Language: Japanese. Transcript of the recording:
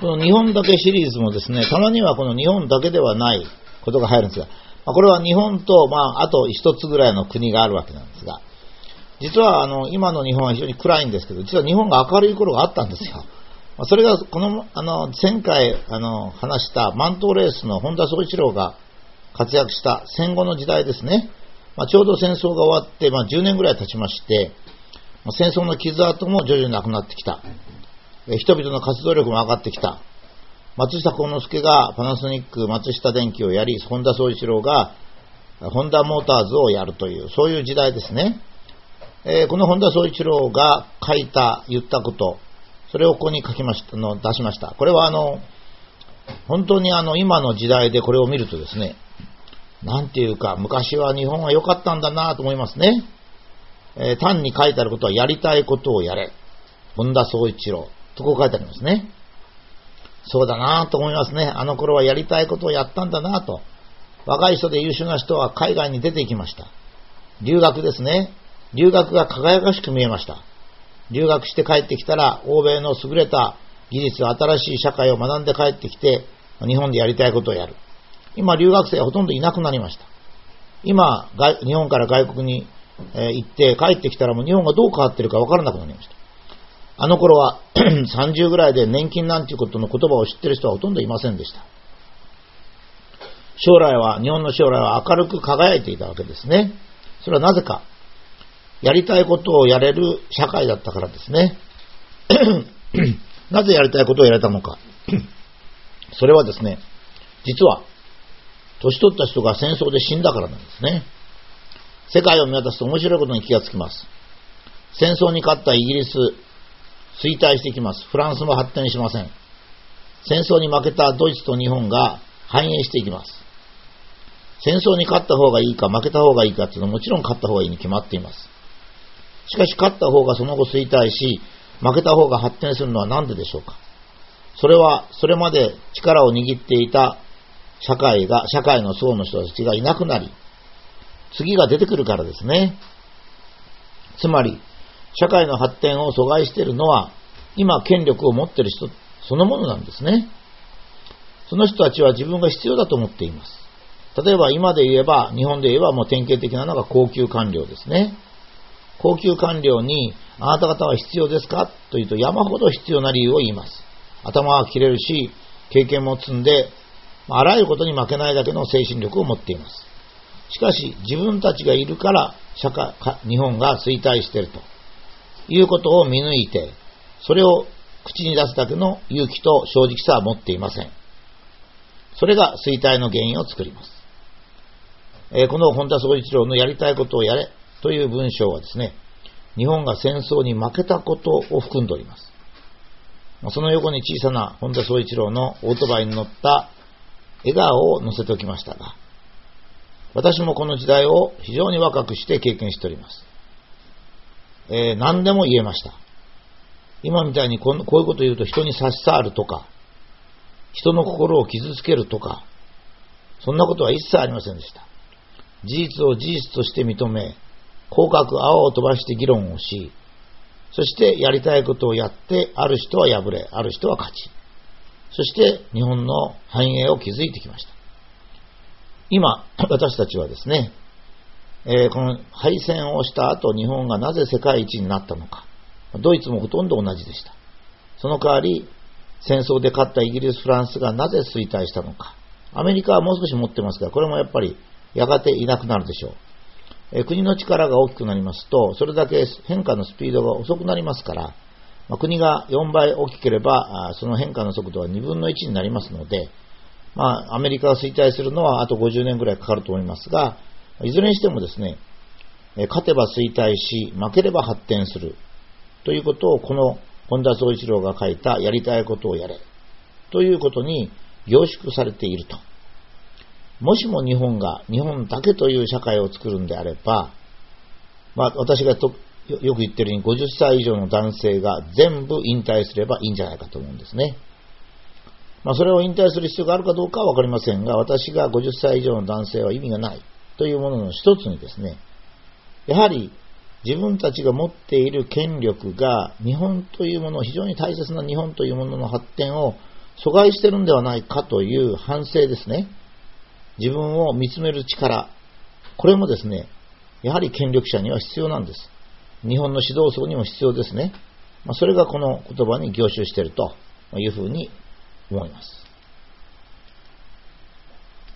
この日本だけシリーズもですね、たまにはこの日本だけではないことが入るんですが、これは日本と、あと一つぐらいの国があるわけなんですが、実は今の日本は非常に暗いんですけど、実は日本が明るい頃があったんですよ。それがこの前回話した満島レースの本田宗一郎が活躍した戦後の時代ですね。ちょうど戦争が終わって、10年ぐらい経ちまして、戦争の傷跡も徐々になくなってきた。人々の活動力も上がってきた。松下幸之助がパナソニック松下電器をやり、本田宗一郎がホンダモーターズをやるという、そういう時代ですね。この本田宗一郎が言ったこと、それをここに出しました。これは本当に今の時代でこれを見るとですね、なんていうか、昔は日本は良かったんだなと思いますね。単に書いてあることは、やりたいことをやれ。本田宗一郎。とこう書いてありますね。そうだなと思いますね。あの頃はやりたいことをやったんだなと。若い人で優秀な人は海外に出て行きました。留学ですね。留学が輝かしく見えました。留学して帰ってきたら、欧米の優れた技術、新しい社会を学んで帰ってきて、日本でやりたいことをやる。今、留学生はほとんどいなくなりました。今、日本から外国に行って帰ってきたらもう日本がどう変わってるか分からなくなりました。あの頃は30ぐらいで年金なんていうことの言葉を知ってる人はほとんどいませんでした。日本の将来は明るく輝いていたわけですね。それはなぜか。やりたいことをやれる社会だったからですね。なぜやりたいことをやれたのか。それはですね、実は年取った人が戦争で死んだからなんですね。世界を見渡すと面白いことに気がつきます。戦争に勝ったイギリス、衰退していきます。フランスも発展しません。戦争に負けたドイツと日本が繁栄していきます。戦争に勝った方がいいか負けた方がいいかというのはもちろん勝った方がいいに決まっています。しかし勝った方がその後衰退し、負けた方が発展するのは何ででしょうか。それはそれまで力を握っていた社会の層の人たちがいなくなり、次が出てくるからですね。つまり、社会の発展を阻害しているのは、今権力を持っている人そのものなんですね。その人たちは自分が必要だと思っています。例えば日本で言えばもう典型的なのが高級官僚ですね。高級官僚に、あなた方は必要ですかと言うと山ほど必要な理由を言います。頭は切れるし、経験も積んで、あらゆることに負けないだけの精神力を持っています。しかし自分たちがいるから日本が衰退しているということを見抜いて、それを口に出すだけの勇気と正直さは持っていません。それが衰退の原因を作ります。この本田宗一郎のやりたいことをやれという文章はですね、日本が戦争に負けたことを含んでおります。その横に小さな本田宗一郎のオートバイに乗った笑顔を載せておきましたが、私もこの時代を非常に若くして経験しております。何でも言えました。今みたいにこういうことを言うと人に差し障るとか、人の心を傷つけるとか、そんなことは一切ありませんでした。事実を事実として認め、口角泡を飛ばして議論をし、そしてやりたいことをやって、ある人は敗れ、ある人は勝ち、そして日本の繁栄を築いてきました。今、私たちはですね、この敗戦をした後、日本がなぜ世界一になったのか。ドイツもほとんど同じでした。その代わり、戦争で勝ったイギリス、フランスがなぜ衰退したのか。アメリカはもう少し持ってますが、これもやっぱりやがていなくなるでしょう。国の力が大きくなりますと、それだけ変化のスピードが遅くなりますから、国が4倍大きければ、その変化の速度は2分の1になりますので、アメリカが衰退するのはあと50年ぐらいかかると思いますが、いずれにしてもですね、勝てば衰退し、負ければ発展するということを、この本田宗一郎が書いたやりたいことをやれということに凝縮されていると。もしも日本だけという社会を作るんであれば、私がよく言っているように50歳以上の男性が全部引退すればいいんじゃないかと思うんですね。それを引退する必要があるかどうかはわかりませんが、私が50歳以上の男性は意味がないというものの一つにですね、やはり自分たちが持っている権力が日本というものを、非常に大切な日本というものの発展を阻害してるんではないかという反省ですね。自分を見つめる力。これもですね、やはり権力者には必要なんです。日本の指導層にも必要ですね。それがこの言葉に凝集しているというふうに思います。